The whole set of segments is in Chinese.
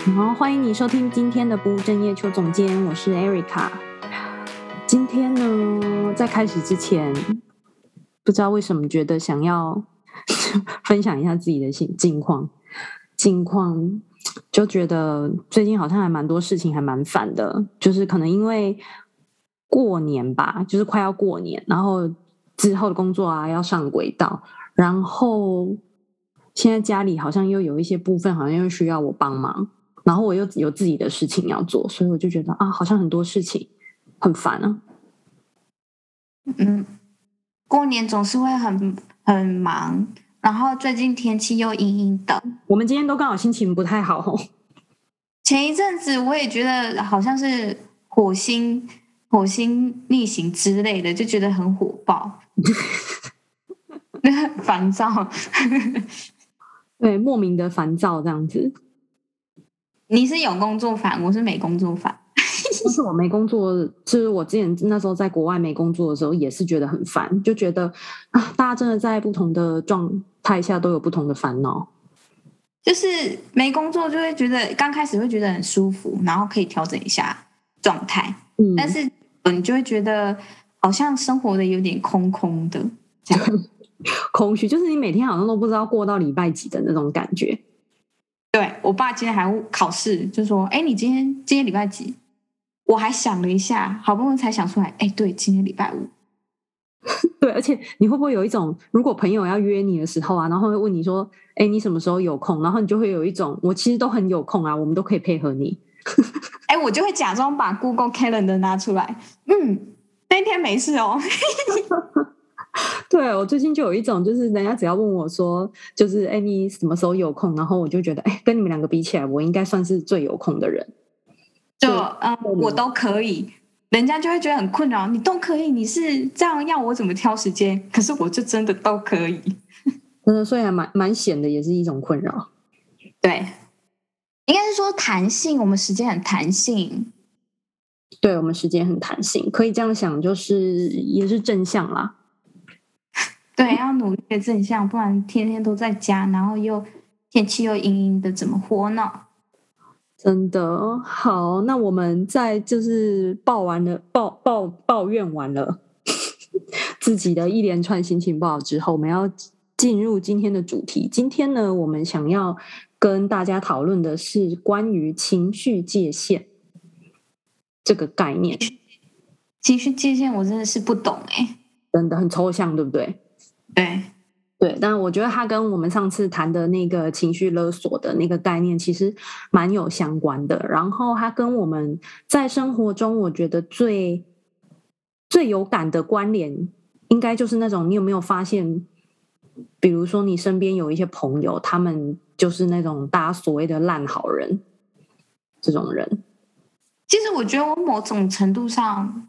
好，欢迎你收听今天的不务正业邱总监，我是 Erica。今天呢，在开始之前，不知道为什么觉得想要分享一下自己的近况，就觉得最近好像还蛮多事情还蛮烦的，就是可能因为过年吧，就是快要过年，然后之后的工作啊要上轨道，然后现在家里好像又有一些部分好像又需要我帮忙，然后我又有自己的事情要做，所以我就觉得啊，好像很多事情很烦啊。 过年总是会很忙，然后最近天气又阴阴的。 我们今天都刚好心情不太好哦。 前一阵子我也觉得好像是火星逆行之类的，就觉得很火爆，烦躁。 对，莫名的烦躁这样子。 你是有工作烦，我是没工作烦。 但是我没工作，就是我之前那时候在国外没工作的时候，也是觉得很烦，就觉得啊，大家真的在不同的状态下都有不同的烦恼。 就是没工作就会觉得刚开始会觉得很舒服，然后可以调整一下状态，但是你就会觉得好像生活的有点空空的这样。 空虚，就是你每天好像都不知道过到礼拜几的那种感觉。 对，我爸今天还考试，就说：“哎，你今天礼拜几？”我还想了一下，好不容易才想出来，哎，对，今天礼拜五。 对，而且你会不会有一种，如果朋友要约你的时候啊，然后会问你说：“哎，你什么时候有空？”然后你就会有一种，我其实都很有空啊，我们都可以配合你。 哎，我就会假装把 Google Calendar 拿出来，那天没事哦。 对，我最近就有一种，就是人家只要问我说，就是哎，你什么时候有空？然后我就觉得，哎，跟你们两个比起来，我应该算是最有空的人。 我都可以，人家就会觉得很困扰。你都可以，你是这样要我怎么挑时间？可是我就真的都可以。 所以还蛮闲的，也是一种困扰。 对，应该是说弹性，我们时间很弹性。 对，我们时间很弹性，可以这样想，就是也是正向啦。 对，要努力的正向，不然天天都在家，然后又天气又阴阴的，怎么活呢？ 真的好，那我们在就是抱怨完了自己的一连串心情不好之后，我们要进入今天的主题。今天呢，我们想要跟大家讨论的是关于情绪界限这个概念。 情绪界限我真的是不懂哎， 真的很抽象，对不对？对，但我觉得它跟我们上次谈的那个情绪勒索的那个概念其实蛮有相关的。然后它跟我们在生活中，我觉得最有感的关联，应该就是那种你有没有发现，比如说你身边有一些朋友，他们就是那种大家所谓的烂好人这种人。 其实我觉得我某种程度上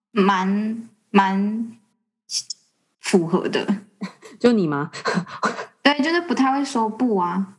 蛮符合的。 就你吗？ 对，就是不太会说不啊。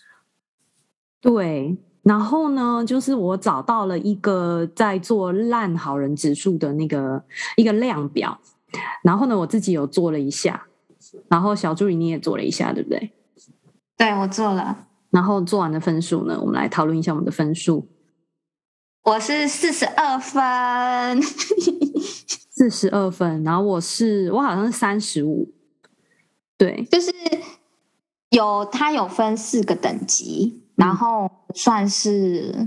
对，然后呢，就是我找到了一个在做烂好人指数的一个量表，然后呢，我自己有做了一下，然后小助理你也做了一下，对不对？ 对，我做了。 然后做完的分数呢，我们来讨论一下我们的分数。 我是42分。 42分，然后我好像是35。对， 就是它有分4个等级，然后算是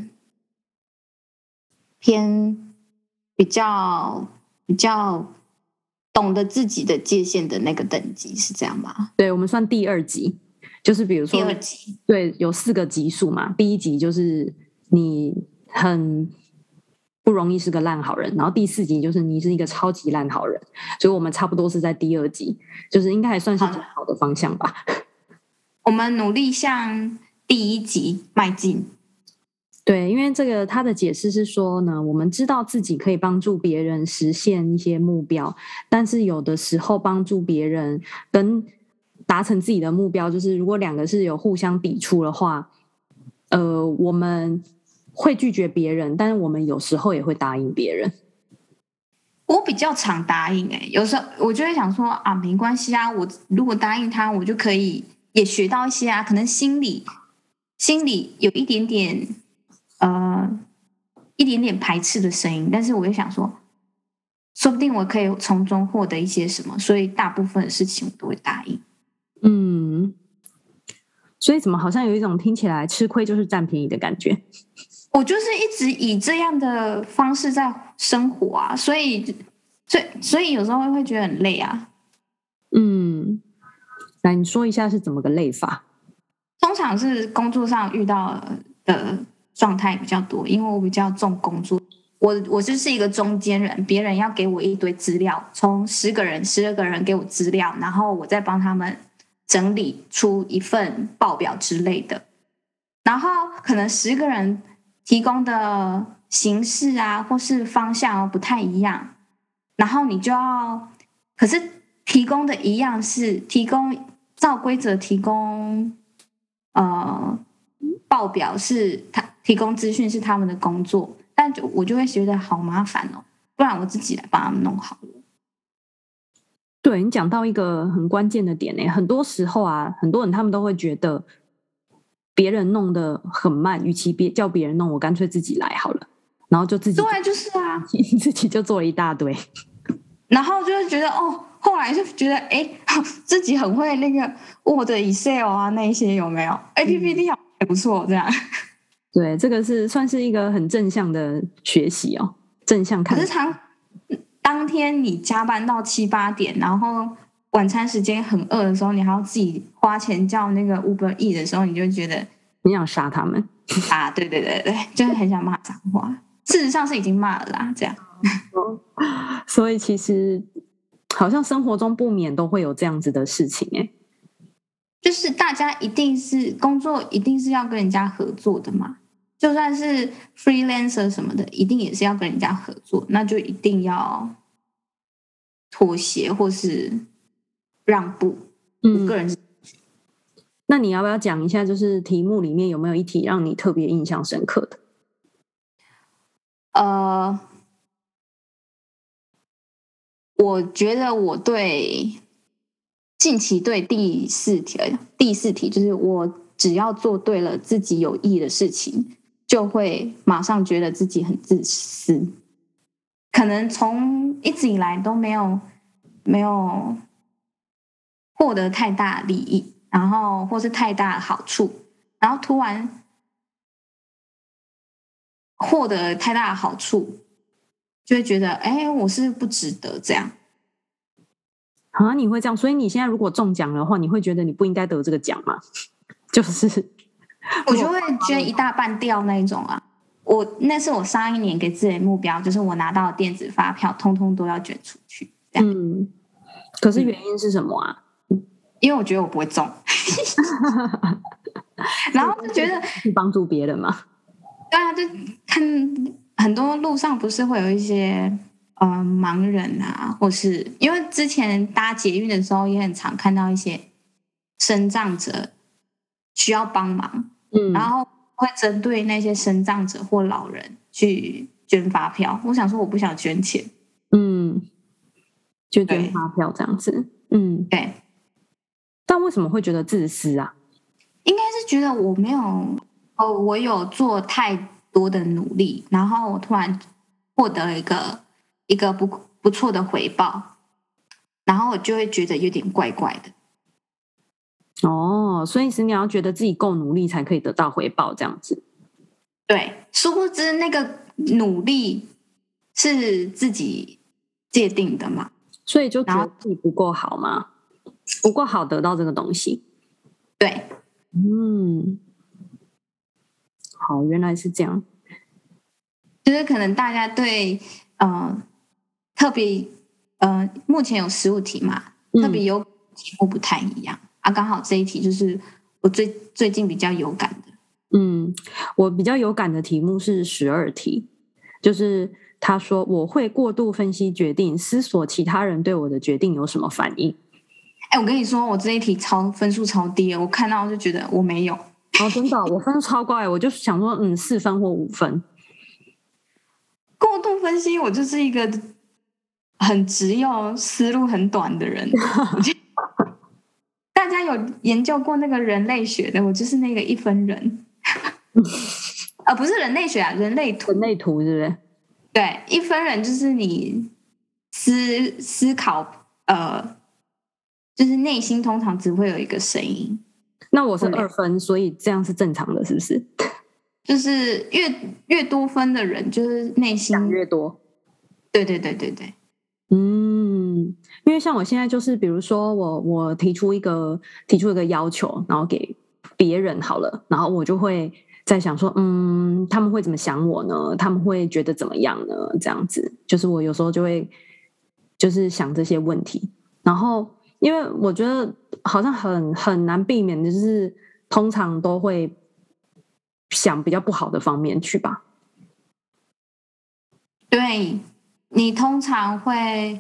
偏比较懂得自己的界限的那个等级，是这样吗？ 对，我们算第2级，就是比如说第2级， 对，有4个级数嘛。第1级就是你很不容易是个烂好人，然后第4级就是你是一个超级烂好人，所以我们差不多是在第2级，就是应该还算是最好的方向吧。 我们努力向第1级迈进。 对，因为这个他的解释是说呢，我们知道自己可以帮助别人实现一些目标，但是有的时候帮助别人跟达成自己的目标，就是如果2个是有互相抵触的话，我们会拒绝别人，但是我们有时候也会答应别人。 我比较常答应有时候我就会想说啊，没关系啊，我如果答应他，我就可以也学到一些啊，可能心里有一点点一点点排斥的声音，但是我又想说，说不定我可以从中获得一些什么，所以大部分的事情我都会答应。 所以怎么好像有一种听起来吃亏就是占便宜的感觉？ 我就是一直以这样的方式在生活啊，所以有时候会觉得很累啊。 来你说一下是怎么个累法？ 通常是工作上遇到的状态比较多，因为我比较重工作，我就是一个中间人，别人要给我一堆资料，从10个人、12个人给我资料，然后我再帮他们整理出一份报表之类的，然后可能10个人提供的形式啊或是方向不太一样，然后你就要，可是提供的一样是照规则提供报表，是他提供资讯是他们的工作，但我就会觉得好麻烦哦，不然我自己来帮他们弄好了。 对，你讲到一个很关键的点耶，很多时候啊，很多人他们都会觉得别人弄得很慢，与其叫别人弄，我干脆自己来好了，然后就自己对，就是啊， 自己就做了一大堆， 然后就会觉得后来就觉得自己很会那个 Word、Excel 啊那一些有没有？PPT 好也不错，这样。 对，这个是算是一个很正向的学习哦，正向看。 可是当天你加班到7、8点，然后晚餐时间很饿的时候，你还要自己花钱叫那个 Uber E 的时候，你就觉得你想杀他们啊！对，就是很想骂脏话。事实上是已经骂了啦，这样。 所以其实好像生活中不免都会有这样子的事情耶， 就是大家一定是工作，一定是要跟人家合作的嘛。就算是 freelancer 什么的，一定也是要跟人家合作，那就一定要妥协或是让步。我个人是。 那你要不要讲一下，就是题目里面有没有一题让你特别印象深刻的？ 我觉得我近期对第四题就是我只要做对了自己有益的事情，就会马上觉得自己很自私，可能从一直以来都没有获得太大利益，然后或是太大好处，然后突然获得太大的好处，就会觉得我是不值得这样啊。你会这样，所以你现在如果中奖的话，你会觉得你不应该得这个奖吗？就是我就会捐一大半掉那一种啊。那是我上一年给自己的目标，就是我拿到的电子发票通通都要捐出去这样。 可是原因是什么啊？ 因为我觉得我不会中然后就觉得去帮助别人嘛。 对啊，就看很多路上不是会有一些盲人啊，或是因为之前搭捷运的时候也很常看到一些身障者需要帮忙，然后会针对那些身障者或老人去捐发票。我想说我不想捐钱， 就捐发票这样子， 对。 但为什么会觉得自私啊？ 应该是觉得我有做太多的努力，然后我突然获得了一个不错的回报，然后我就会觉得有点怪怪的。 所以是你要觉得自己够努力才可以得到回报这样子。 对，殊不知那个努力是自己界定的嘛， 所以就觉得自己不够好吗？不够好得到这个东西。 对， 好，原来是这样。 就是可能大家对特别目前有15题嘛，特别有题目不太一样啊，刚好这一题就是我最近比较有感的。 我比较有感的题目是12题，就是他说我会过度分析决定，思索其他人对我的决定有什么反应。 我跟你说，我这一题分数超低，我看到就觉得我没有。 真的，我分数超高，我就想说4分或5分。 过度分析，我就是一个很直又思路很短的人。大家有研究过那个人类学的，我就是那个1分人。 不是人类学啊，人类图。 人类图是不是？ 对，一分人就是你思考，就是内心通常只会有一个声音。 那我是2分，所以这样是正常的，是不是？ 就是越多分的人，就是内心想越多。 对对对对对。 因为像我现在就是，比如说我提出一个要求，然后给别人好了，然后我就会在想说，他们会怎么想我呢？他们会觉得怎么样呢？这样子，就是我有时候就会就是想这些问题，然后因为我觉得好像很难避免的，就是通常都会想比较不好的方面去吧。 对，你通常会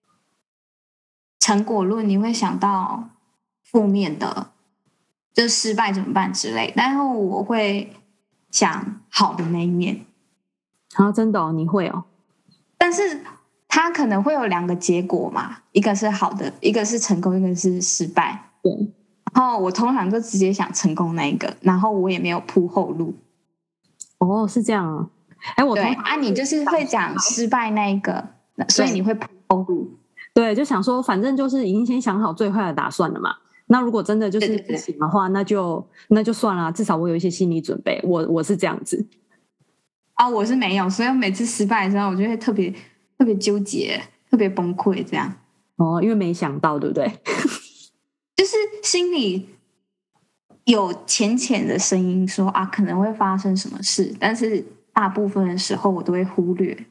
成果论，你会想到负面的，就是失败怎么办之类，但是我会想好的那一面。 真的你会哦？ 但是它可能会有2个结果嘛，一个是好的，一个是成功，一个是失败。 对。 然后我通常就直接想成功那一个，然后我也没有铺后路。 哦，是这样啊。我对啊，你就是会讲失败那一个，所以你会铺后路。 对，就想说，反正就是已经先想好最坏的打算了嘛。那如果真的就是不行的话，那就算了，至少我有一些心理准备。我是这样子。 我是没有，所以我每次失败的时候，我就会特别纠结，特别崩溃这样。 因为没想到，对不对？ 就是心里有浅浅的声音说可能会发生什么事，但是大部分的时候我都会忽略。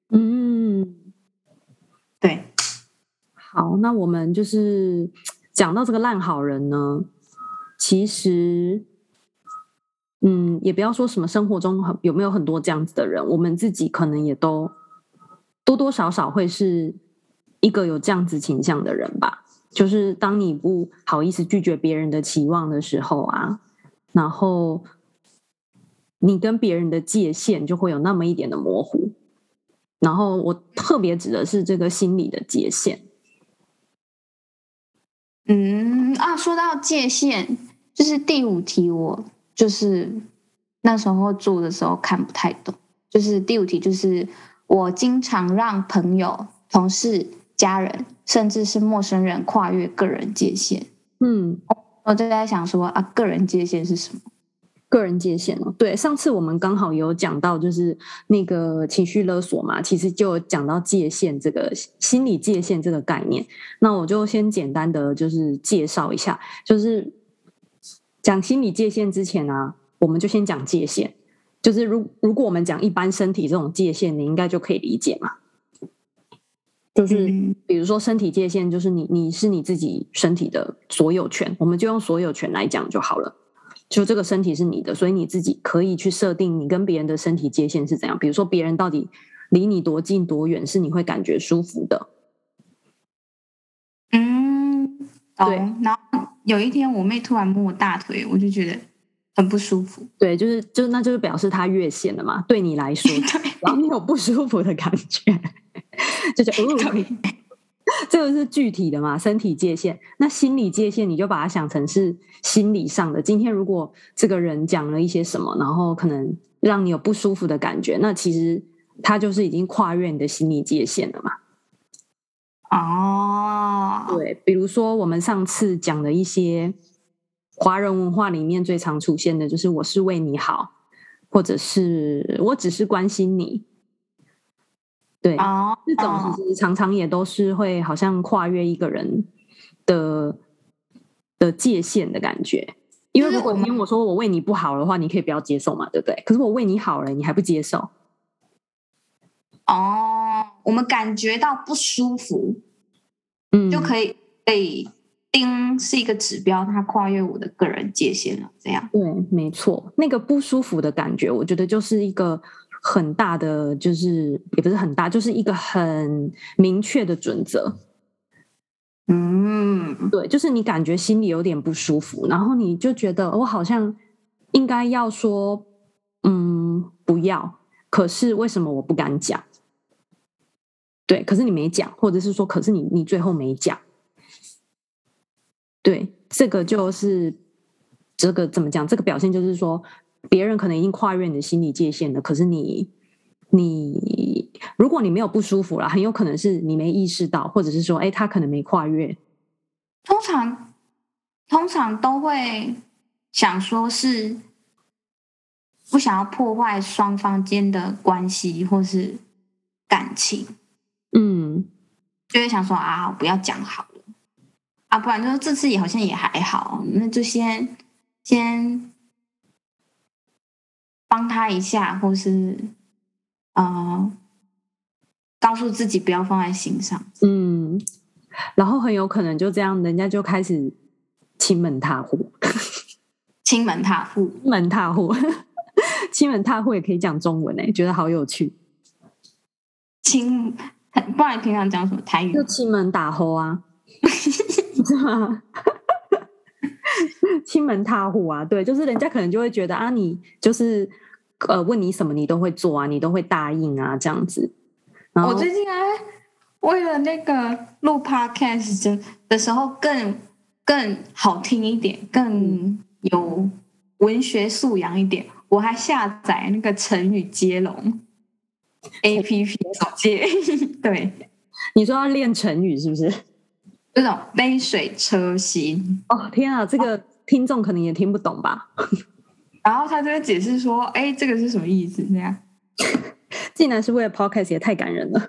对。 好，那我们就是讲到这个烂好人呢，其实也不要说什么生活中有没有很多这样子的人，我们自己可能也都多多少少会是一个有这样子倾向的人吧。就是当你不好意思拒绝别人的期望的时候啊，然后你跟别人的界限就会有那么一点的模糊。然后我特别指的是这个心理的界限。 说到界限，就是第5题，我就是那时候做的时候看不太懂。就是第5题，就是我经常让朋友、同事、家人，甚至是陌生人跨越个人界限。我就在想说个人界限是什么？ 个人界限哦，对，上次我们刚好有讲到，就是那个情绪勒索嘛，其实就讲到界限这个心理界限这个概念。那我就先简单的就是介绍一下，就是讲心理界限之前啊，我们就先講界限。就是如果我们讲一般身体这种界限，你应该就可以理解嘛。就是比如说身体界限，就是你是你自己身体的所有权，我们就用所有权来讲就好了。就这个身体是你的，所以你自己可以去设定你跟别人的身体界限是怎样。比如说别人到底离你多近多远是你会感觉舒服的。 对。然后有一天我妹突然摸我大腿，我就觉得很不舒服。 对，那就是表示她越线了嘛，对你来说。然后你有不舒服的感觉，就这个是具体的嘛，身体界限。那心理界限你就把它想成是心理上的。今天如果这个人讲了一些什么，然后可能让你有不舒服的感觉，那其实他就是已经跨越你的心理界限了嘛。对，比如说我们上次讲的一些华人文化里面最常出现的就是我是为你好，或者是我只是关心你。对，这种其实常常也都是会好像跨越一个人的界限的感觉。因为如果我说我为你不好的话，你可以不要接受嘛，对不对？可是我为你好了，你还不接受。 我们感觉到不舒服，就可以定是一个指标，它跨越我的个人界限了。这样。 对，没错，那个不舒服的感觉，我觉得就是一个很大的，就是也不是很大，就是一个很明确的准则。对，就是你感觉心里有点不舒服，然后你就觉得我好像应该要说不要，可是为什么我不敢讲？对，可是你没讲，或者是说可是你最后没讲。对，这个就是这个怎么讲？这个表现就是说别人可能已经跨越你的心理界限了，可是你如果你没有不舒服啦，很有可能是你没意识到，或者是说他可能没跨越。 通常都会想说是不想要破坏双方间的关系或是感情，就会想说啊，不要讲好了啊，不然就这次也好像也还好，那就先帮他一下，或是告诉自己不要放在心上。 然后很有可能就这样，人家就开始亲门踏户。 亲门踏户， 亲门踏户也可以讲中文觉得好有趣。 不然平常讲什么台语？ 就亲门打吼啊，是吗？亲门踏户啊，对，就是人家可能就会觉得啊，你就是问你什么你都会做啊，你都会答应啊，这样子。 我最近为了那个录 podcast 的时候更好听一点，更有文学素养一点，我还下载那个成语接龙 APP 手机。对， 你说要练成语是不是？ 这种杯水车薪。 哦天啊，这个听众可能也听不懂吧？ 然后他就会解释说，这个是什么意思？这样， 竟然是为了 podcast， 也太感人了。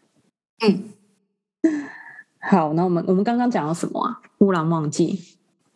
好，那我们刚刚讲到什么啊？忽然忘记。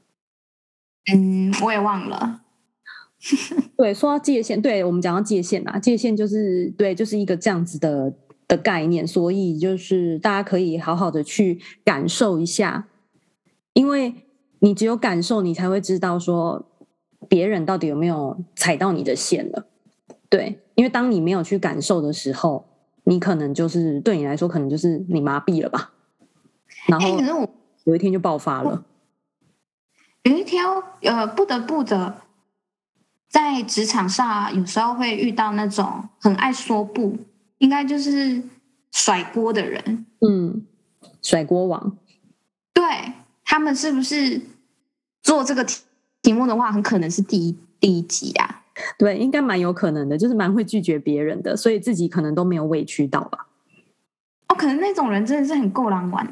我也忘了。 对，说到界限，对，我们讲到界限啊，界限就是就是一个这样子的概念，所以就是大家可以好好的去感受一下，因为你只有感受，你才会知道说别人到底有没有踩到你的线了。对，因为当你没有去感受的时候，你可能就是对你来说，可能就是你麻痹了吧，然后有一天就爆发了。 有一天不得不的，在职场上有时候会遇到那种很爱说不，应该就是甩锅的人。 甩锅王。 对，他们是不是做这个题目的话，很可能是第一集啊？ 对，应该蛮有可能的，就是蛮会拒绝别人的，所以自己可能都没有委屈到吧。 可能那种人真的是很够狼玩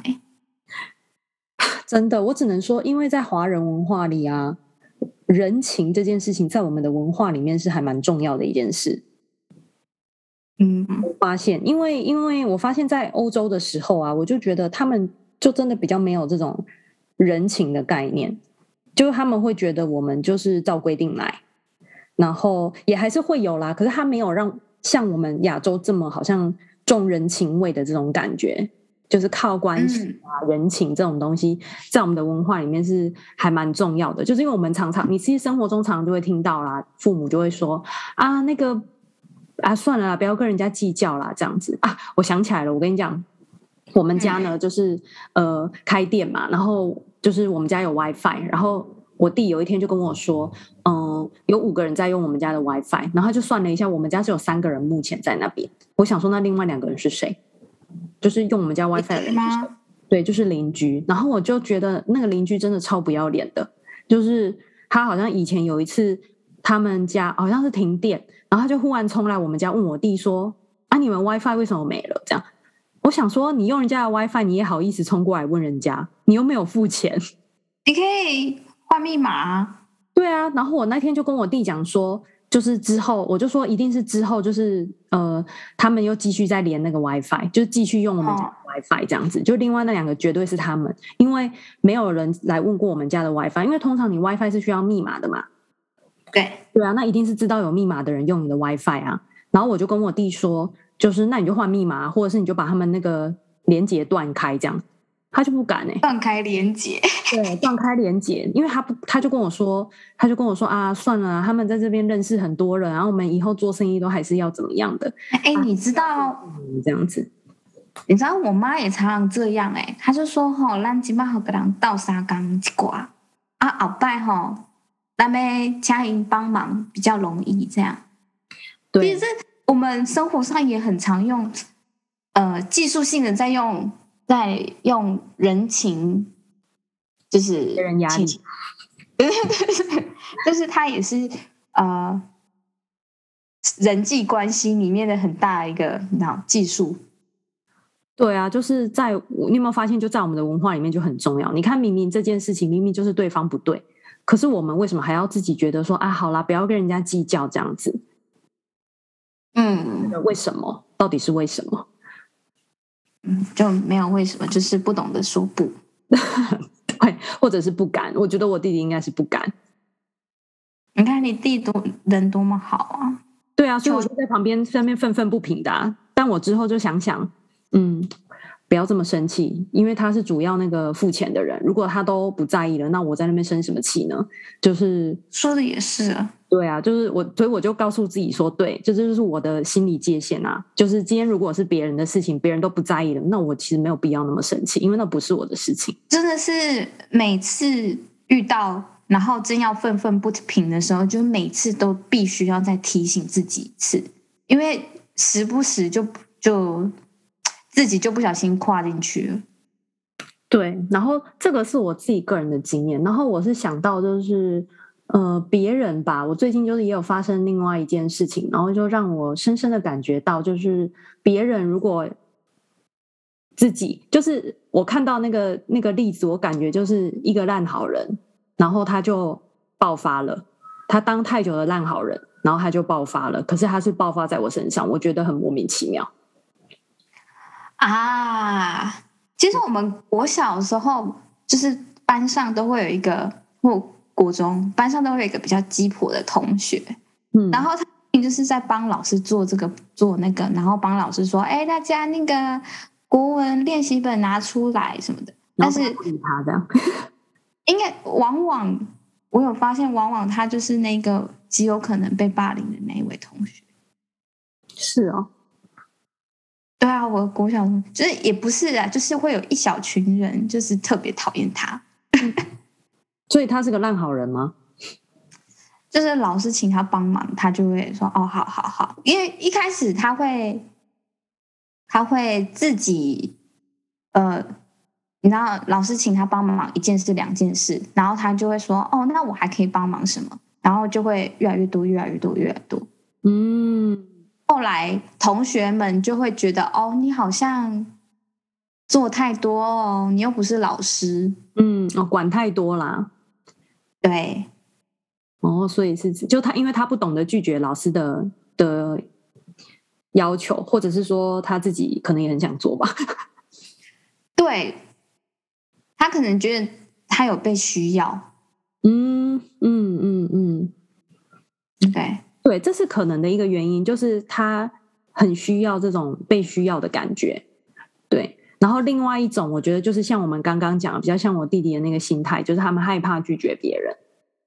真的，我只能说，因为在华人文化里啊，人情这件事情在我们的文化里面是还蛮重要的一件事。我发现，因为我发现在欧洲的时候啊，我就觉得他们就真的比较没有这种人情的概念，就是他们会觉得我们就是照规定来，然后也还是会有啦，可是他没有让像我们亚洲这么好像重人情味的这种感觉。就是靠关系啊、人情这种东西，在我们的文化里面是还蛮重要的。就是因为我们常常，你其实生活中常常就会听到啦，父母就会说啊，那个啊，算了啦，不要跟人家计较啦，这样子啊。我想起来了，我跟你讲，我们家呢就是开店嘛，然后就是我们家有 WiFi， 然后我弟有一天就跟我说，有5个人在用我们家的 WiFi， 然后他就算了一下，我们家是有3个人目前在那边。我想说，那另外2个人是谁？就是用我们家 WiFi 的人吗？对，就是邻居。然后我就觉得那个邻居真的超不要脸的，就是他好像以前有一次他们家好像是停电，然后他就忽然冲来我们家问我弟说：“啊，你们 WiFi 为什么没了？”这样，我想说，你用人家的 WiFi， 你也好意思冲过来问人家？你又没有付钱， 你可以换密码啊。 对啊，然后我那天就跟我弟讲说。就是之后，我就说一定是之后，就是他们又继续再连那个 WiFi， 就是继续用我们家的 WiFi 这样子。就另外那2个绝对是他们，因为没有人来问过我们家的 WiFi， 因为通常你 WiFi 是需要密码的嘛。对啊，那一定是知道有密码的人用你的 WiFi 啊。然后我就跟我弟说，就是那你就换密码，或者是你就把他们那个连结断开这样。他就不敢断开连结， 对，断开连结，因为他就跟我说啊，算了，他们在这边认识很多人，然后我们以后做生意都还是要怎么样的。 你知道这样子， 你知道我妈也常常这样她就说咱今摆给人倒3工一挂后摆咱们请因帮忙比较容易这样。 对， 其实我们生活上也很常用技术性的在用人情，就是给人压力， 对，就是他也是人际关系里面的很大一个技术。 对啊，就是你有没有发现，就在我们的文化里面就很重要。你看，明明这件事情明明就是对方不对，可是我们为什么还要自己觉得说啊，好啦，不要跟人家计较这样子？为什么？到底是为什么？ 就没有为什么，就是不懂得说不。 对，或者是不敢。我觉得我弟弟应该是不敢。 你看你弟人多么好啊！ 对啊，所以我就在旁边愤愤不平的啊。但我之后就想想，不要这么生气，因为他是主要那个付钱的人。如果他都不在意了，那我在那边生什么气呢？就是说的也是啊。 对啊，就是所以我就告诉自己说，对，这就是我的心理界限啊。就是今天如果是别人的事情，别人都不在意了，那我其实没有必要那么生气，因为那不是我的事情。 真的是每次遇到，然后真要愤愤不平的时候，就每次都必须要再提醒自己一次，因为时不时就自己就不小心跨进去了。 对，然后这个是我自己个人的经验，然后我是想到就是别人吧，我最近就是也有发生另外一件事情，然后就让我深深的感觉到，就是别人如果自己就是我看到那个例子，我感觉就是一个烂好人，然后他就爆发了，他当太久的烂好人，然后他就爆发了，可是他是爆发在我身上，我觉得很莫名其妙啊。其实我们国小的时候，就是班上都会有一个，或国中班上都会有一个比较鸡婆的同学，然后他就是在帮老师做这个做那个，然后帮老师说，哎，大家那个国文练习本拿出来什么的。但是他这样， 应该往往我有发现，往往他就是那个极有可能被霸凌的那一位同学。 是哦。 对啊，我国小就是也不是啊，就是会有一小群人就是特别讨厌他。 所以他是个烂好人吗？ 就是老师请他帮忙，他就会说哦，好好好。因为一开始他会自己你知道老师请他帮忙一件事两件事，然后他就会说哦，那我还可以帮忙什么，然后就会越来越多越来越多越来越多。后来同学们就会觉得哦，你好像做太多哦，你又不是老师。 管太多啦。 对。 所以是就他，因为他不懂得拒绝老师的要求，或者是说他自己可能也很想做吧。 对，他可能觉得他有被需要。 对，这是可能的一个原因，就是他很需要这种被需要的感觉。对，然后另外一种，我觉得就是像我们刚刚讲的，比较像我弟弟的那个心态，就是他们害怕拒绝别人。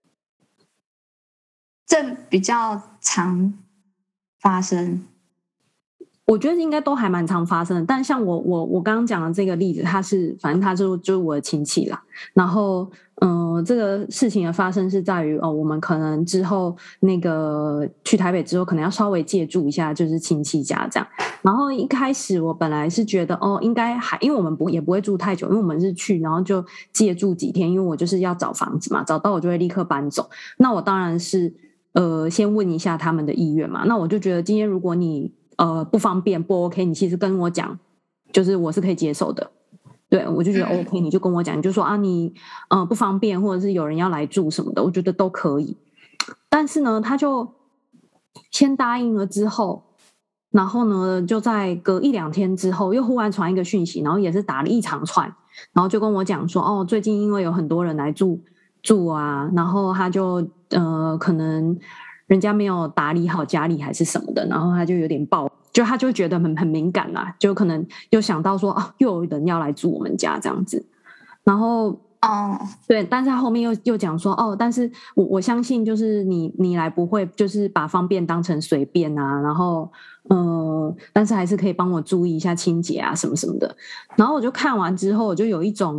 这比较常发生。 我觉得应该都还蛮常发生的，但像我刚刚讲的这个例子，反正他就是我的亲戚啦。然后这个事情的发生是在于我们可能之后那个去台北之后，可能要稍微借住一下，就是亲戚家这样。然后一开始我本来是觉得应该因为我们也不会住太久，因为我们是去然后就借住几天，因为我就是要找房子嘛，找到我就会立刻搬走。那我当然是先问一下他们的意愿嘛。那我就觉得今天如果你不方便不 OK， 你其实跟我讲，就是我是可以接受的。对，我就觉得 OK， 你就跟我讲，你就说啊，你不方便，或者是有人要来住什么的，我觉得都可以。但是呢，他就先答应了之后，然后呢，就在隔一两天之后，又忽然传一个讯息，然后也是打了一长串，然后就跟我讲说，最近因为有很多人来住啊，然后他就可能人家没有打理好家里还是什么的，然后他就有点他就觉得很敏感啦，就可能又想到说又有人要来住我们家这样子，然后对，但是他后面又讲说但是我相信就是你来不会就是把方便当成随便啊，然后但是还是可以帮我注意一下清洁啊什么什么的。然后我就看完之后，我就有一种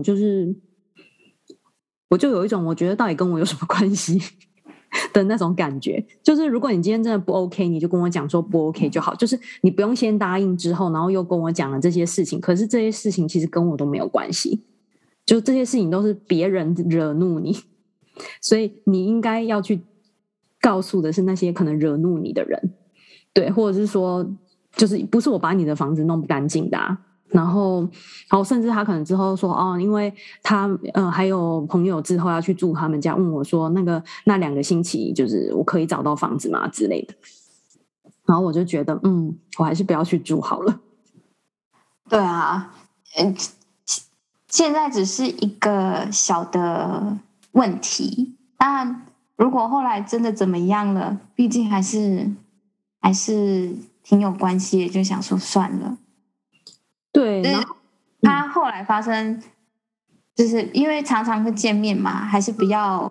我觉得到底跟我有什么关系的那种感觉。就是如果你今天真的不 OK， 你就跟我讲说不 OK 就好，就是你不用先答应之后然后又跟我讲了这些事情，可是这些事情其实跟我都没有关系，就这些事情都是别人惹怒你，所以你应该要去告诉的是那些可能惹怒你的人。 对，或者是说就是不是我把你的房子弄不干净的啊。然后甚至他可能之后说哦，因为他还有朋友之后要去住他们家，问我说那2个星期就是我可以找到房子吗之类的。然后我就觉得我还是不要去住好了。 对啊，现在只是一个小的问题，但如果后来真的怎么样了，毕竟还是挺有关系的，就想说算了。 对， 就是他后来发生，就是因为常常会见面嘛，还是不要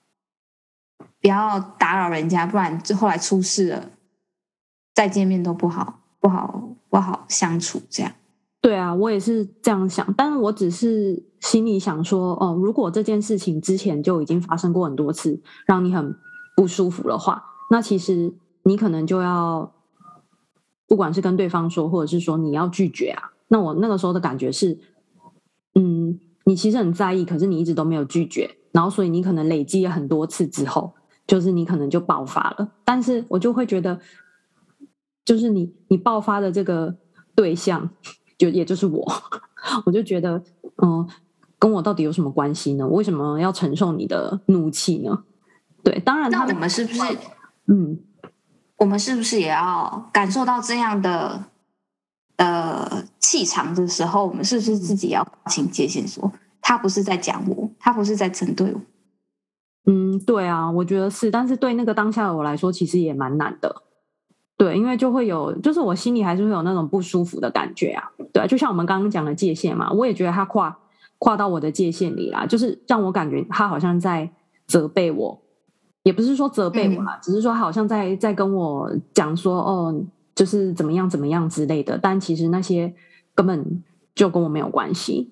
打扰人家，不然后来出事了，再见面都不好相处这样。 对啊，我也是这样想，但是我只是心里想说，哦，如果这件事情之前就已经发生过很多次，让你很不舒服的话，那其实你可能就要，不管是跟对方说，或者是说你要拒绝啊。那我那个时候的感觉是，你其实很在意，可是你一直都没有拒绝，然后所以你可能累积了很多次之后，就是你可能就爆发了。但是我就会觉得，就是你爆发的这个对象，也就是我，我就觉得，跟我到底有什么关系呢？我为什么要承受你的怒气呢？对，当然那我们是不是， 我们是不是也要感受到这样的气场的时候，我们是不是自己要划清界限说他不是在讲我，他不是在针对我？ 对啊，我觉得是，但是对那个当下的我来说，其实也蛮难的。对，因为就会有，就是我心里还是会有那种不舒服的感觉啊。对啊，就像我们刚刚讲的界限嘛，我也觉得他跨到我的界限里啦，就是让我感觉他好像在责备我，也不是说责备我啦，只是说他好像在跟我讲说，哦，就是怎么样怎么样之类的，但其实那些根本就跟我没有关系。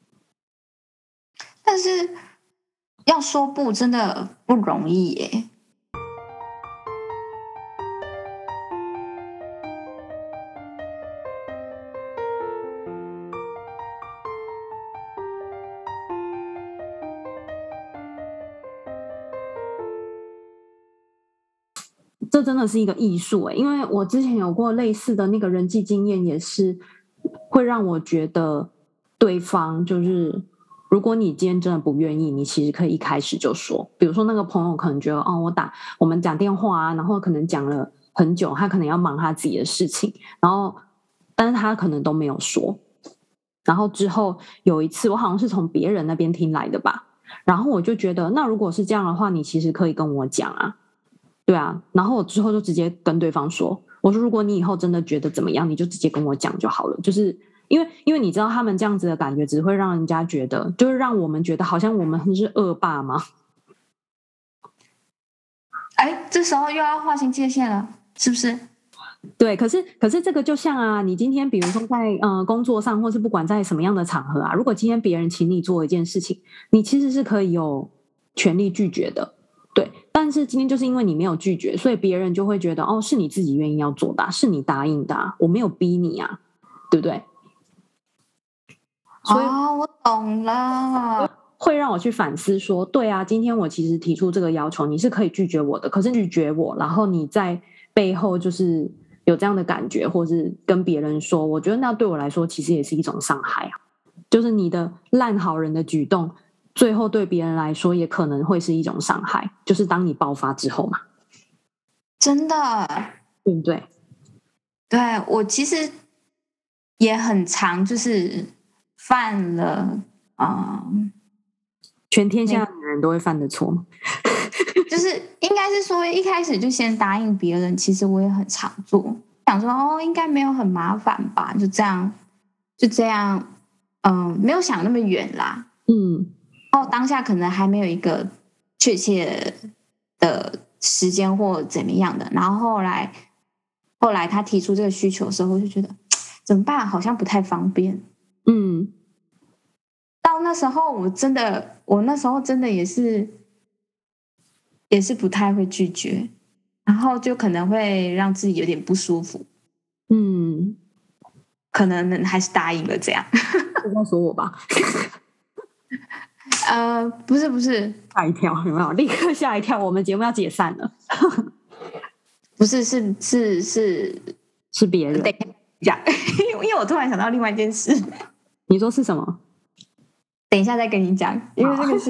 但是要说不，真的不容易耶。 这真的是一个艺术因为我之前有过类似的那个人际经验，也是会让我觉得对方就是，如果你今天真的不愿意，你其实可以一开始就说，比如说那个朋友可能觉得哦，我们讲电话啊，然后可能讲了很久，他可能要忙他自己的事情，然后但是他可能都没有说，然后之后有一次我好像是从别人那边听来的吧，然后我就觉得那如果是这样的话，你其实可以跟我讲啊。对啊，然后我之后就直接跟对方说，我说如果你以后真的觉得怎么样，你就直接跟我讲就好了。就是因为你知道他们这样子的感觉，只会让人家觉得，就是让我们觉得好像我们是恶霸吗？ 这时候又要划清界限了，是不是？ 对，可是这个就像啊，你今天比如说在工作上，或是不管在什么样的场合啊，如果今天别人请你做一件事情，你其实是可以有权利拒绝的。对，但是今天就是因为你没有拒绝，所以别人就会觉得哦，是你自己愿意要做的是你答应的我没有逼你啊，对不对？ 所以我懂了， 会让我去反思说，对啊，今天我其实提出这个要求，你是可以拒绝我的，可是拒绝我，然后你在背后就是有这样的感觉，或是跟别人说，我觉得那对我来说其实也是一种伤害啊，就是你的烂好人的举动。最后对别人来说也可能会是一种伤害，就是当你爆发之后嘛， 真的， 对不对？ 对，我其实也很常就是犯了全天下的人都会犯的错吗？ 就是应该是说一开始就先答应别人，其实我也很常做，想说哦应该没有很麻烦吧，就这样，没有想那么远啦，当下可能还没有一个确切的时间或怎么样的，然后后来他提出这个需求的时候，我就觉得怎么办？好像不太方便。到那时候我那时候真的也是不太会拒绝，然后就可能会让自己有点不舒服。可能还是答应了这样。 不要说我吧。 不是， 吓一跳，有没有？立刻吓一跳，我们节目要解散了。 不不是，是别人。 等一下，因为我突然想到另外一件事。 你说是什么？ 等一下再跟你讲，因为这个是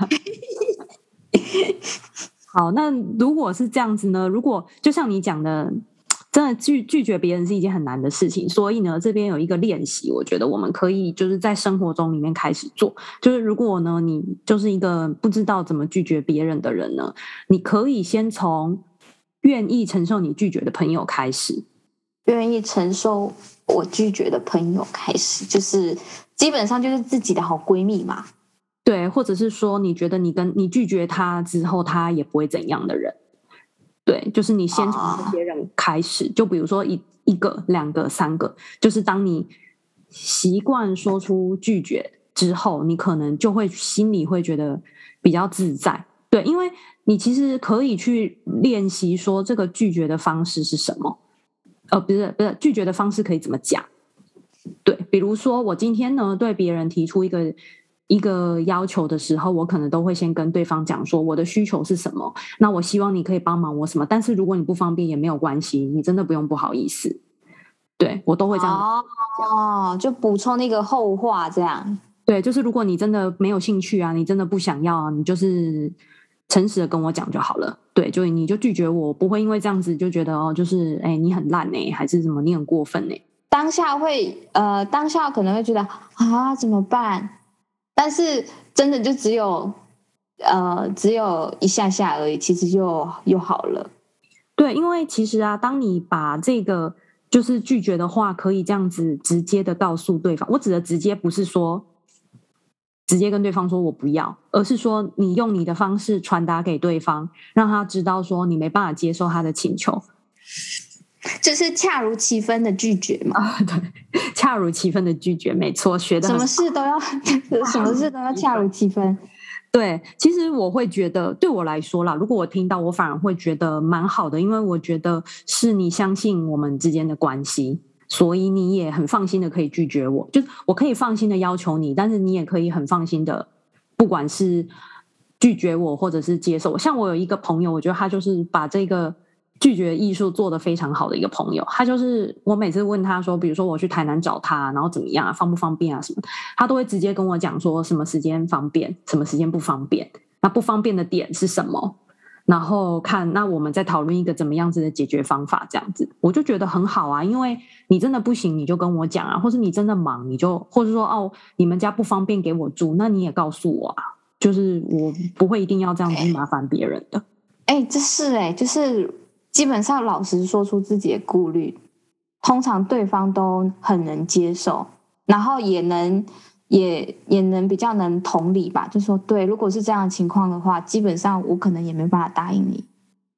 好。那如果是这样子呢？如果就像你讲的，真的拒绝别人是一件很难的事情，所以呢，这边有一个练习，我觉得我们可以就是在生活中里面开始做。就是如果呢，你就是一个不知道怎么拒绝别人的人呢，你可以先从愿意承受你拒绝的朋友开始。 愿意承受我拒绝的朋友开始，就是基本上就是自己的好闺蜜嘛。 对，或者是说你觉得你拒绝他之后他也不会怎样的人。对，就是你先从这些人开始，就比如说一个、2个、3个，就是当你习惯说出拒绝之后，你可能就会心里会觉得比较自在。对，因为你其实可以去练习说这个拒绝的方式是什么。不是拒绝的方式可以怎么讲？对，比如说我今天呢对别人提出一个要求的时候，我可能都会先跟对方讲说我的需求是什么，那我希望你可以帮忙我什么，但是如果你不方便也没有关系，你真的不用不好意思。对，我都会这样就补充那个后话这样。 对，就是如果你真的没有兴趣啊，你真的不想要啊，你就是诚实的跟我讲就好了。对，就你就拒绝我，不会因为这样子就觉得就是你很烂还是什么你很过分当下可能会觉得怎么办？但是真的就只有一下下而已，其实又好了。 对，因为其实啊，当你把这个就是拒绝的话，可以这样子直接的告诉对方。我指的直接不是说直接跟对方说我不要，而是说你用你的方式传达给对方，让他知道说你没办法接受他的请求， 就是恰如其分的拒绝嘛。 对，恰如其分的拒绝，没错，学的什么事都要恰如其分。 对，其实我会觉得，对我来说啦，如果我听到，我反而会觉得蛮好的，因为我觉得是你相信我们之间的关系。所以你也很放心的可以拒绝我，就我可以放心的要求你，但是你也可以很放心的，不管是拒绝我或者是接受我。像我有一个朋友，我觉得他就是把这个拒绝艺术做得非常好的一个朋友。他就是我每次问他说，比如说我去台南找他，然后怎么样啊，方不方便啊什么，他都会直接跟我讲说什么时间方便，什么时间不方便，那不方便的点是什么。然后看，那我们再讨论一个怎么样子的解决方法，这样子我就觉得很好啊。因为你真的不行，你就跟我讲啊，或是你真的忙，你就或者说你们家不方便给我住，那你也告诉我啊，就是我不会一定要这样子麻烦别人的。 这是就是基本上老实说出自己的顾虑，通常对方都很能接受，然后也能比较能同理吧，就说对，如果是这样的情况的话，基本上我可能也没办法答应你。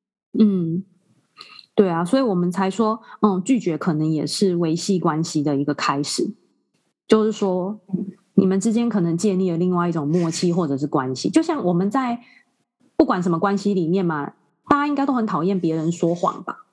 对啊，所以我们才说拒绝可能也是维系关系的一个开始，就是说你们之间可能建立了另外一种默契或者是关系。就像我们在不管什么关系里面嘛，大家应该都很讨厌别人说谎吧。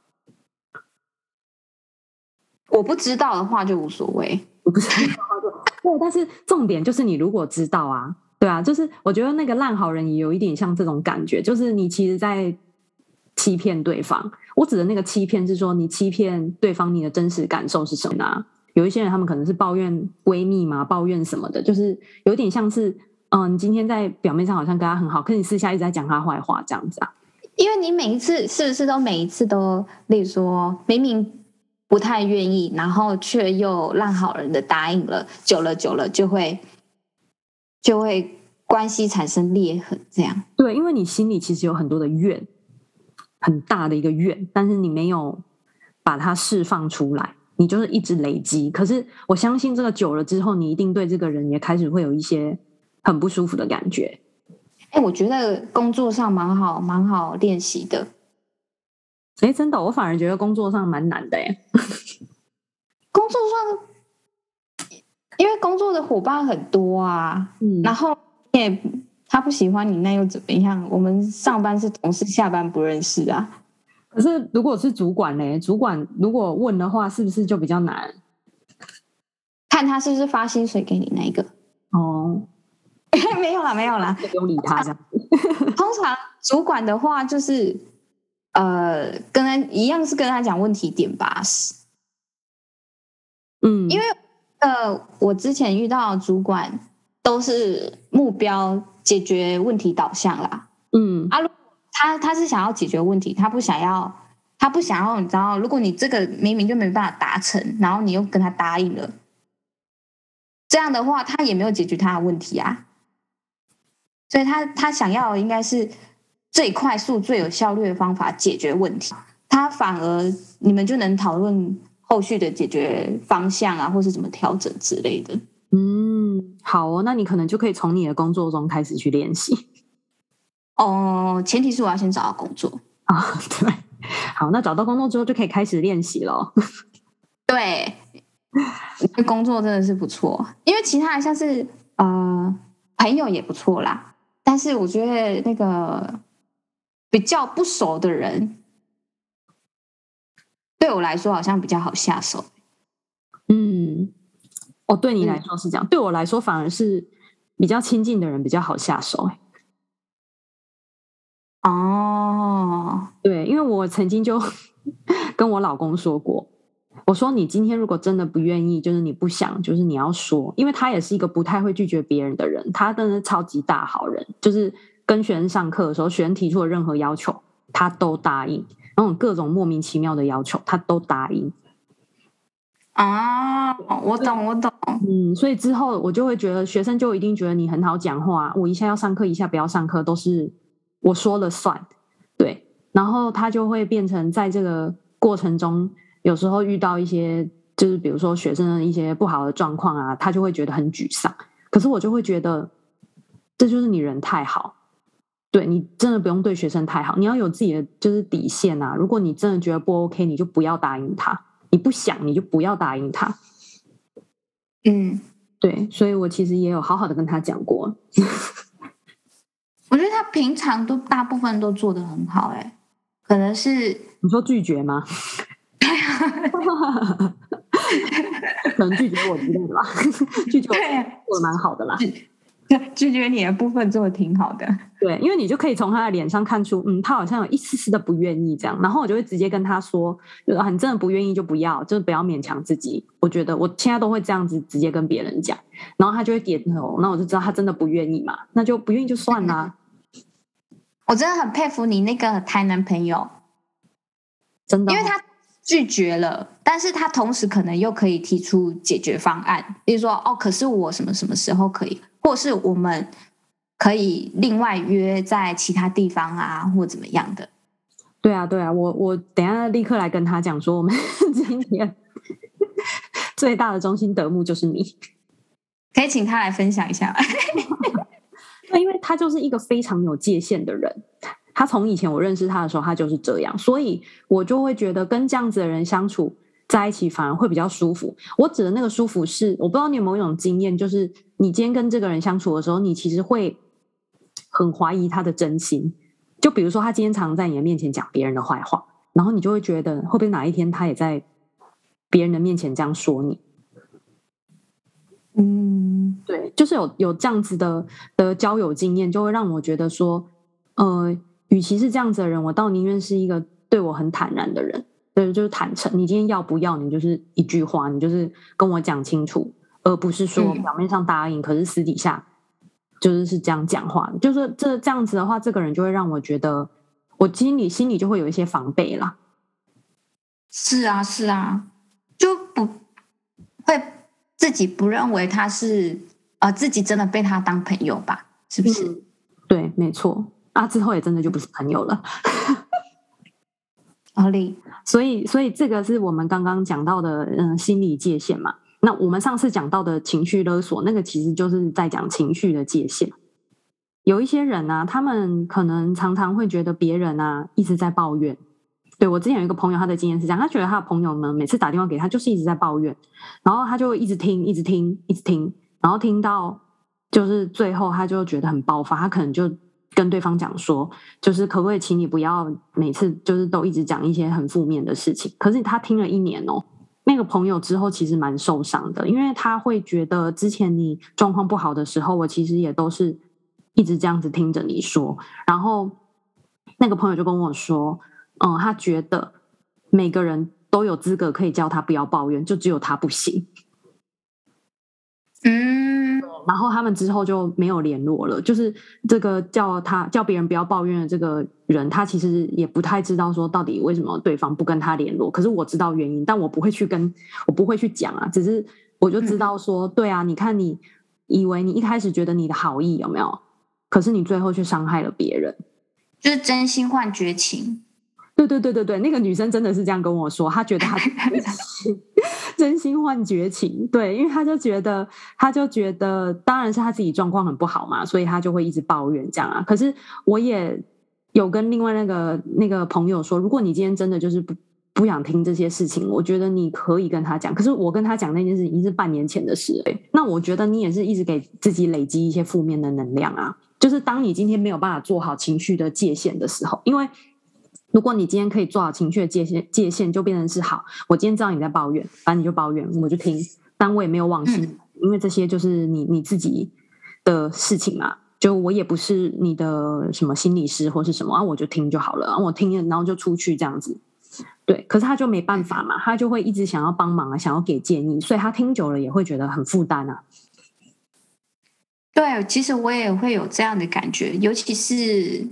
我不知道的话就无所谓， 我不知道对，但是重点就是你如果知道啊，对啊，就是我觉得那个烂好人也有一点像这种感觉，就是你其实在欺骗对方。我指的那个欺骗是说你欺骗对方你的真实感受是什么啊？有一些人他们可能是抱怨闺蜜嘛，抱怨什么的，就是有点像是你今天在表面上好像跟他很好，可是你私下一直在讲他坏话这样子啊。 因为你每一次是不是每一次都例如说明明不太愿意，然后却又烂好人的答应了，久了就会关系产生裂痕这样。 对，因为你心里其实有很多的怨，很大的一个怨，但是你没有把它释放出来，你就是一直累积。可是我相信这个久了之后，你一定对这个人也开始会有一些很不舒服的感觉。 我觉得工作上蛮好练习的。 真的，我反而觉得工作上蛮难的工作上，因为工作的伙伴很多啊，然后他不喜欢你，那又怎么样？我们上班是同事，下班不认识啊。 可是如果是主管呢？主管如果问的话，是不是就比较难？ 看他是不是发薪水给你那一个哦。 没有啦， 不用理他这样子。 通常主管的话就是跟他一样是跟他讲问题点吧。因为我之前遇到的主管都是目标解决问题导向啦。他是想要解决问题，他不想要你知道，如果你这个明明就没办法达成，然后你又跟他答应了，这样的话他也没有解决他的问题啊。所以他想要的应该是最快速最有效率的方法解决问题，他反而你们就能讨论后续的解决方向啊，或是怎么调整之类的。 好哦，那你可能就可以从你的工作中开始去练习。 前提是我要先找到工作啊。对，好，那找到工作之后就可以开始练习咯。 对，工作真的是不错，因为其他的像是朋友也不错啦，但是我觉得那个比较不熟的人，对我来说好像比较好下手。 对你来说是这样，对我来说反而是比较亲近的人比较好下手。对，因为我曾经就跟我老公说过，我说你今天如果真的不愿意，就是你不想，就是你要说，因为他也是一个不太会拒绝别人的人，他真的是超级大好人，就是跟学生上课的时候，学生提出的任何要求他都答应，那种各种莫名其妙的要求他都答应。 我懂。 所以之后我就会觉得学生就一定觉得你很好讲话，我一下要上课一下不要上课都是我说了算。对，然后他就会变成在这个过程中有时候遇到一些就是比如说学生的一些不好的状况啊，他就会觉得很沮丧，可是我就会觉得这就是你人太好。对，你真的不用对学生太好，你要有自己的就是底线啊，如果你真的觉得不 OK 你就不要答应他，你不想你就不要答应他。对，所以我其实也有好好的跟他讲过。 我觉得他平常都大部分都做得很好。可能是你说拒绝吗？ 对啊。 可能拒绝我之类的吧。拒绝我做得蛮好的啦。 拒绝你的部分做得挺好的。 对，因为你就可以从他的脸上看出他好像有一丝丝的不愿意这样，然后我就会直接跟他说你真的不愿意就不要，就是不要勉强自己。我觉得我现在都会这样子直接跟别人讲，然后他就会点头，那我就知道他真的不愿意嘛，那就不愿意就算啦。 我真的很佩服你那个台南朋友， 真的， 因为他拒绝了，但是他同时可能又可以提出解决方案，比如说可是我什么什么时候可以，或是我们可以另外约在其他地方啊，或怎么样的。 对啊，我等一下立刻来跟他讲说，我们今天最大的中心得目就是你， 可以请他来分享一下。 因为他就是一个非常有界限的人，他从以前我认识他的时候他就是这样，所以我就会觉得跟这样子的人相处在一起反而会比较舒服。我指的那个舒服是，我不知道你有没有一种经验，就是你今天跟这个人相处的时候，你其实会很怀疑他的真心。就比如说他今天常在你的面前讲别人的坏话，然后你就会觉得会不会哪一天他也在别人的面前这样说你。对，就是有这样子的交友经验，就会让我觉得说与其是这样子的人，我倒宁愿是一个对我很坦然的人。对，就是坦诚，你今天要不要，你就是一句话，你就是跟我讲清楚，而不是说表面上答应，可是私底下就是这样讲话。就是这样子的话，这个人就会让我觉得我心里就会有一些防备啦。 是啊，就不会自己不认为他是自己真的被他当朋友吧？是不是？ 对，没错。之后也真的就不是朋友了。所以这个是我们刚刚讲到的心理界限嘛。那我们上次讲到的情绪勒索，那个其实就是在讲情绪的界限。有一些人啊，他们可能常常会觉得别人啊一直在抱怨。对，我之前有一个朋友，他的经验是这样，他觉得他的朋友呢每次打电话给他就是一直在抱怨，然后他就一直听，然后听到就是最后他就觉得很爆发，他可能就跟对方讲说，就是可不可以请你不要每次就是都一直讲一些很负面的事情。可是他听了1年哦，那个朋友之后其实蛮受伤的，因为他会觉得之前你状况不好的时候，我其实也都是一直这样子听着你说。然后那个朋友就跟我说， 他觉得每个人都有资格可以叫他不要抱怨，就只有他不行。然后他们之后就没有联络了。就是这个叫别人不要抱怨的这个人，他其实也不太知道说到底为什么对方不跟他联络。可是我知道原因，但我不会去讲啊。只是我就知道说，对啊，你看你以为你一开始觉得你的好意有没有？可是你最后却伤害了别人， 就是真心换绝情。 对，那个女生真的是这样跟我说，她觉得她真心换绝情。对，因为她就觉得当然是她自己状况很不好嘛，所以她就会一直抱怨这样啊。可是我也有跟另外那个朋友说，如果你今天真的就是不想听这些事情，我觉得你可以跟他讲。可是我跟他讲那件事已经是半年前的事了，那我觉得你也是一直给自己累积一些负面的能量啊。就是当你今天没有办法做好情绪的界限的时候，因为如果你今天可以做好情绪的界限，就变成是好，我今天知道你在抱怨，反正你就抱怨，我就听，但我也没有往心，因为这些就是你自己的事情嘛。就我也不是你的什么心理师或是什么，我就听就好了，我听了然后就出去这样子。对，可是他就没办法嘛，他就会一直想要帮忙啊，想要给建议，所以他听久了也会觉得很负担啊。 对，其实我也会有这样的感觉，尤其是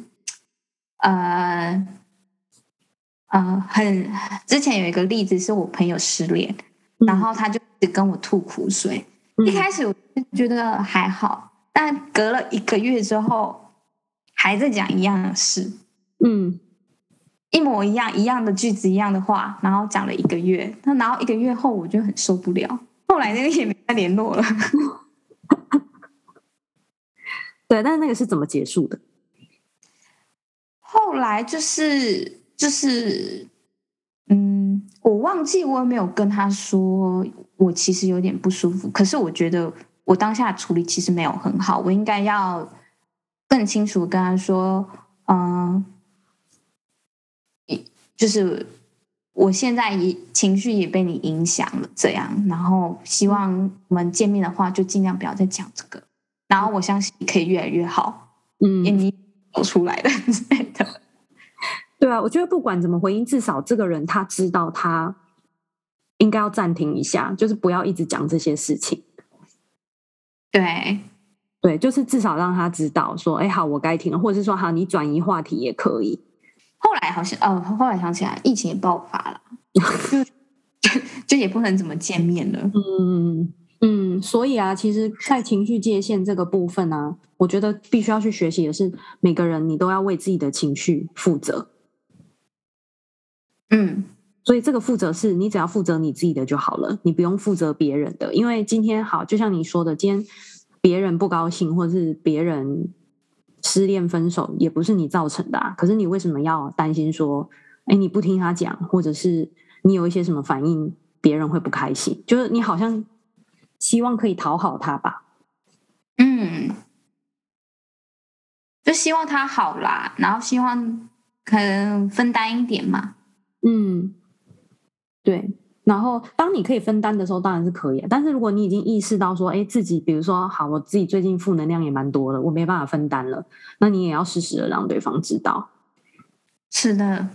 之前有一个例子是我朋友失恋，然后他就一直跟我吐苦水。一开始我就觉得还好，但隔了1个月之后，还在讲一样的事，一模一样的句子，一样的话，然后讲了1个月，然后1个月后我就很受不了，后来那个也没再联络了。 对，但是那个是怎么结束的？ 后来就是我忘记我有没有跟他说我其实有点不舒服，可是我觉得我当下处理其实没有很好，我应该要更清楚跟他说，就是我现在情绪也被你影响了，这样，然后希望我们见面的话就尽量不要再讲这个，然后我相信可以越来越好，你走出来的之类的。 对啊，我觉得不管怎么回应，至少这个人他知道他应该要暂停一下，就是不要一直讲这些事情。对，就是至少让他知道说，好，我该停了，或者是说，好，你转移话题也可以。 后来想起来，疫情也爆发了，就也不能怎么见面了。 所以啊，其实，在情绪界限这个部分啊，我觉得必须要去学习的是，每个人你都要为自己的情绪负责。所以这个负责是你只要负责你自己的就好了，你不用负责别人的。因为今天好，就像你说的，今天别人不高兴，或者是别人失恋分手，也不是你造成的啊。可是你为什么要担心说，你不听他讲，或者是你有一些什么反应，别人会不开心？就是你好像希望可以讨好他吧？ 就希望他好啦，然后希望可能分担一点嘛。 对。然后当你可以分担的时候当然是可以，但是如果你已经意识到说自己比如说好，我自己最近负能量也蛮多的，我没办法分担了，那你也要适时的让对方知道。 是的。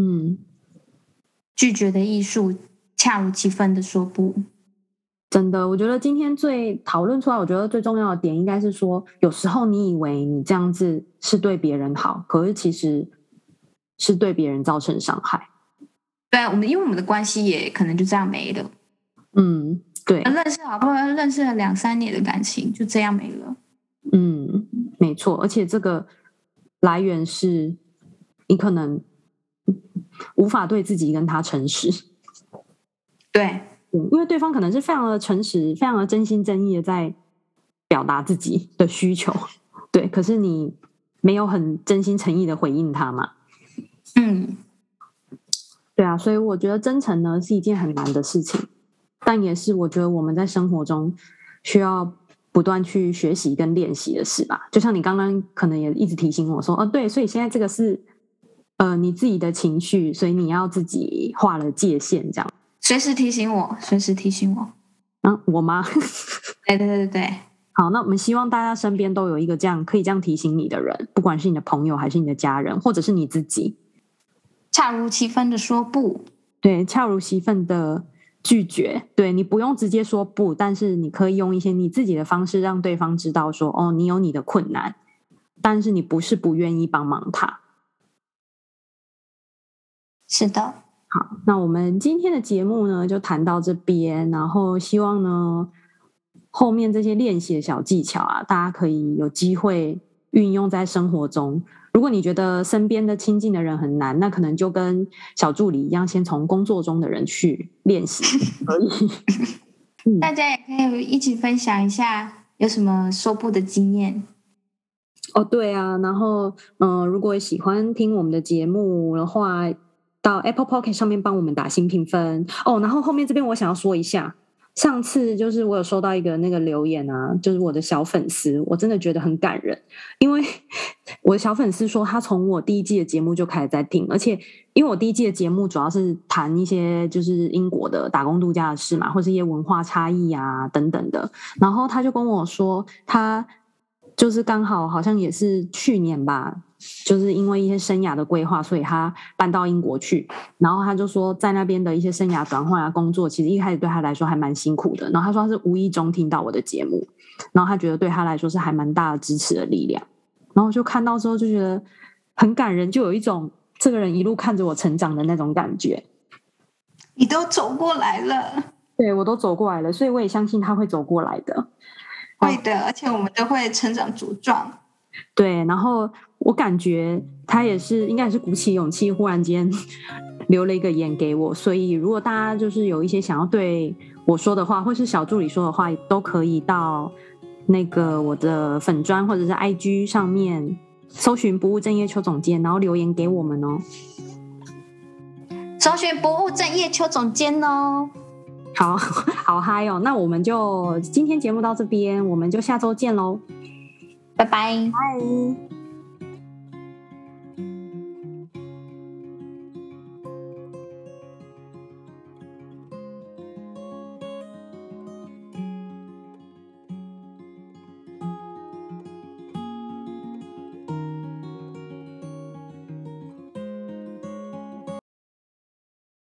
拒绝的艺术，恰如其分的说不。 真的，我觉得今天最讨论出来，我觉得最重要的点应该是说，有时候你以为你这样子是对别人好，可是其实是对别人造成伤害。 对，因为我们的关系也可能就这样没了。 对， 好不容易认识了2-3年的感情就这样没了。 没错，而且这个来源是你可能无法对自己跟他诚实。 对， 因为对方可能是非常的诚实，非常的真心真意的在表达自己的需求，对，可是你没有很真心诚意的回应他嘛。对啊，所以我觉得真诚呢是一件很难的事情，但也是我觉得我们在生活中需要不断去学习跟练习的事吧。就像你刚刚可能也一直提醒我说，对，所以现在这个是你自己的情绪，所以你要自己画了界限，这样。 随时提醒我。 我吗？ 对。 好，那我们希望大家身边都有一个可以这样提醒你的人，不管是你的朋友还是你的家人，或者是你自己。 恰如其分的说不， 对，恰如其分的拒绝。对，你不用直接说不，但是你可以用一些你自己的方式让对方知道说，哦，你有你的困难，但是你不是不愿意帮忙他。 是的。 好，那我们今天的节目呢就谈到这边，然后希望呢后面这些练习的小技巧啊，大家可以有机会运用在生活中。如果你觉得身边的亲近的人很难，那可能就跟小助理一样，先从工作中的人去练习可以。 大家也可以一起分享一下有什么说不的经验。 哦，对啊，然后如果喜欢听我们的节目的话，到 Apple Podcast 上面帮我们打新评分哦。然后后面这边我想要说一下，上次就是我有收到一个那个留言啊，就是我的小粉丝，我真的觉得很感人，因为我的小粉丝说他从我第一季的节目就开始在听，而且因为我第一季的节目主要是谈一些就是英国的打工度假的事嘛，或是一些文化差异啊等等的，然后他就跟我说他就是刚好像也是去年吧，就是因为一些生涯的规划，所以他搬到英国去。然后他就说，在那边的一些生涯转换啊，工作其实一开始对他来说还蛮辛苦的。然后他说他是无意中听到我的节目，然后他觉得对他来说是还蛮大的支持的力量。然后就看到之后就觉得很感人，就有一种这个人一路看着我成长的那种感觉。 你都走过来了。 对，我都走过来了，所以我也相信他会走过来的。 会的，而且我们都会成长茁壮。 对，然后我感觉他也是应该也是鼓起勇气，忽然间留了一个言给我。所以如果大家就是有一些想要对我说的话，或是小助理说的话，都可以到那个我的粉专或者是 IG 上面搜寻不务正业邱总监，然后留言给我们哦。 搜寻不务正业邱总监哦。 好嗨哦！那我们就今天节目到这边，我们就下周见喽， 拜拜。 拜。